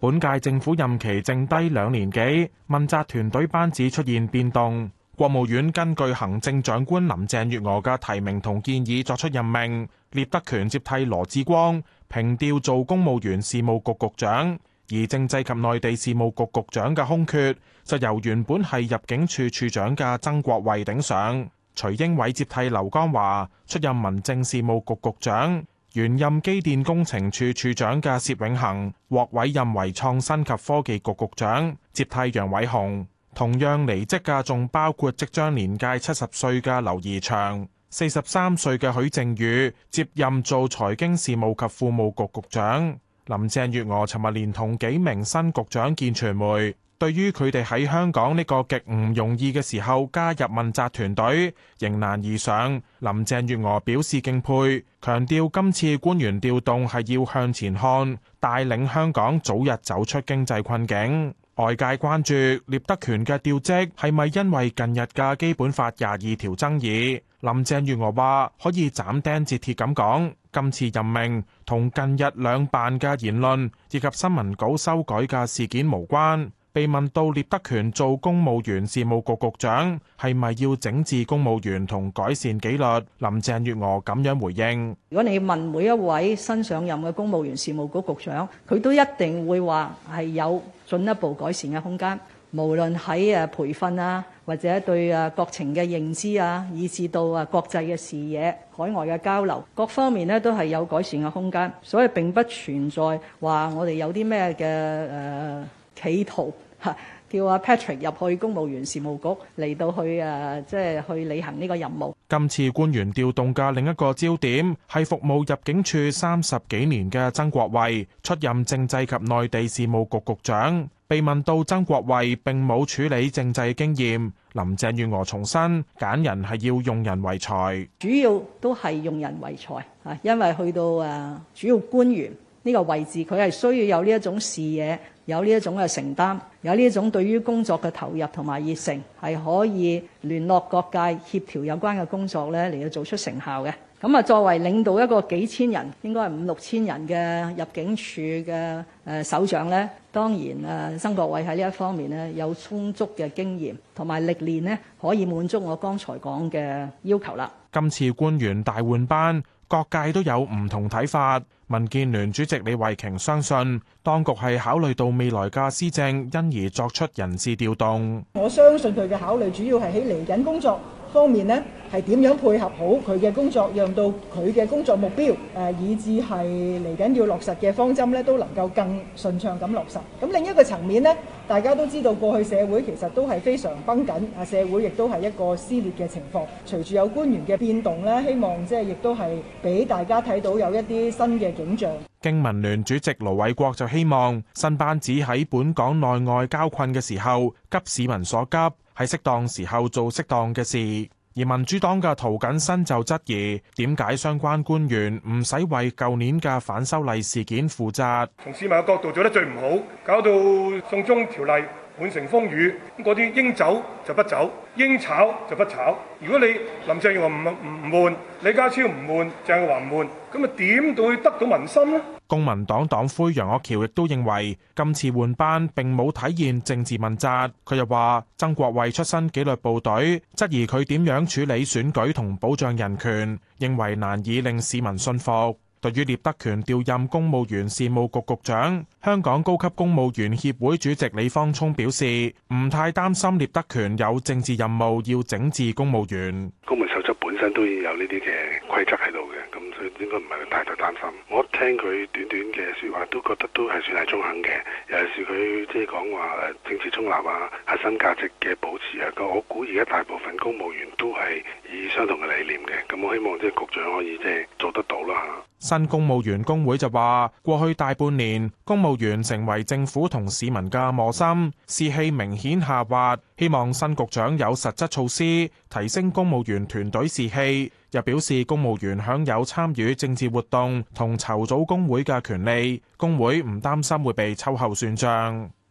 本屆政府任期剩低2年幾，問責團隊班子出現變動。國務院根據行政長官林鄭月娥嘅提名同建議作出任命，聶德權接替羅致光平調做公務員事務局局長，而政制及內地事務局局長嘅空缺就由原本係入境處處長嘅曾國衛頂上，徐英偉接替劉江華出任民政事務局局長，原任機電工程處處長嘅薛永恒獲委任為創新及科技局局長，接替楊偉雄。同樣離職嘅仲包括即將年屆70歲嘅劉怡翔、43歲嘅許正宇接任做財經事務及庫務局局長。林鄭月娥尋日連同幾名新局長見傳媒，對於佢哋喺香港呢個極唔容易嘅時候加入問責團隊，迎難而上，林鄭月娥表示敬佩，強調今次官員調動係要向前看，帶領香港早日走出經濟困境。外界關注聶德權嘅調職係咪因為近日嘅基本法22條爭議？林鄭月娥話可以斬釘截鐵咁講，今次任命同近日兩辦嘅言論以及新聞稿修改嘅事件無關。被問到聶德權做公務員事務局局長係咪要整治公務員同改善紀律，林鄭月娥咁樣回應： 如果你問每一位新上任嘅公務員事務局局長，佢都一定會話係有進一步改善嘅空間，無論喺培訓啊，或者對國情嘅認知啊，以至到國際嘅視野、海外嘅交流，各方面呢都係有改善嘅空間，所以並不存在話我哋有啲咩嘅企圖叫阿 Patrick 入去公務員事務局嚟到去即係去履行呢個任務。 今次官員調動嘅另一個焦點係服務入境處30幾年嘅曾國衛出任政制及內地事務局局長。被問到曾國衛並冇處理政制經驗，林鄭月娥重申揀人係要用人為才， 主要都係用人為才啊，因為去到主要官員呢個位置，佢係需要有呢一種視野，有呢一種嘅承擔，有呢一種對於工作嘅投入同埋熱誠，係可以聯絡各界協調有關嘅工作咧，嚟到做出成效嘅。咁作為領導一個幾千人，應該係5、6千人嘅入境處嘅首長咧，當然曾國衛喺呢一方面咧有充足嘅經驗同埋歷練咧，可以滿足我剛才講嘅要求啦。 今次官員大換班，各界都有唔同睇法。民建聯主席李慧瓊相信，當局係考慮到未來嘅施政，因而作出人事調動。 我相信佢嘅考慮主要係喺嚟緊工作方面呢，係點樣配合好佢嘅工作，讓到佢嘅工作目標以至係嚟緊要落實嘅方針呢，都能夠更順暢咁落實。咁另一個層面呢，大家都知道過去社會其實都係非常繃緊，社會亦都係一個撕裂嘅情況。隨住有官員嘅變動呢，希望即係亦都係俾大家睇到有一啲新嘅景象。 經民聯主席盧偉國就希望新班子喺本港內外交困嘅時候，急市民所急，喺適當時候做適當嘅事。而民主黨嘅涂謹申就質疑，點解相關官員唔使為舊年嘅反修例事件負責？ 從市民嘅角度做得最唔好，搞到送中條例滿城風雨，嗰啲應走就不走，應炒就不炒。如果你林鄭月娥唔換，李家超唔換，鄭若驊唔換，咁啊點會得到民心呢？ 公民黨黨魁楊岳橋亦都認為今次換班並冇體現政治問責。佢又話曾國衛出身紀律部隊，質疑佢點樣處理選舉同保障人權，認為難以令市民信服。對於聶德權調任公務員事務局局長，香港高級公務員協會主席李方聰表示，唔太擔心聶德權有政治任務要整治公務員。 公務守則本身都要有呢啲嘅規則喺度嘅，咁所以應該唔係太擔心。我聽佢短短嘅説話，都覺得都係算係中肯嘅。尤其是佢即係講話政治中立啊、核心價值嘅保持啊，我估而家大部分公務員都係以相同嘅理念嘅。咁我希望即係局長可以即係做得到啦嚇。 新公務員工會就話，過去大半年，公務員成為政府同市民嘅磨心，士氣明顯下滑。希望新局長有實質措施提升公務員團隊士氣。又表示公務員享有參與政治活動同籌組工會嘅權利，工會唔擔心會被秋後算賬。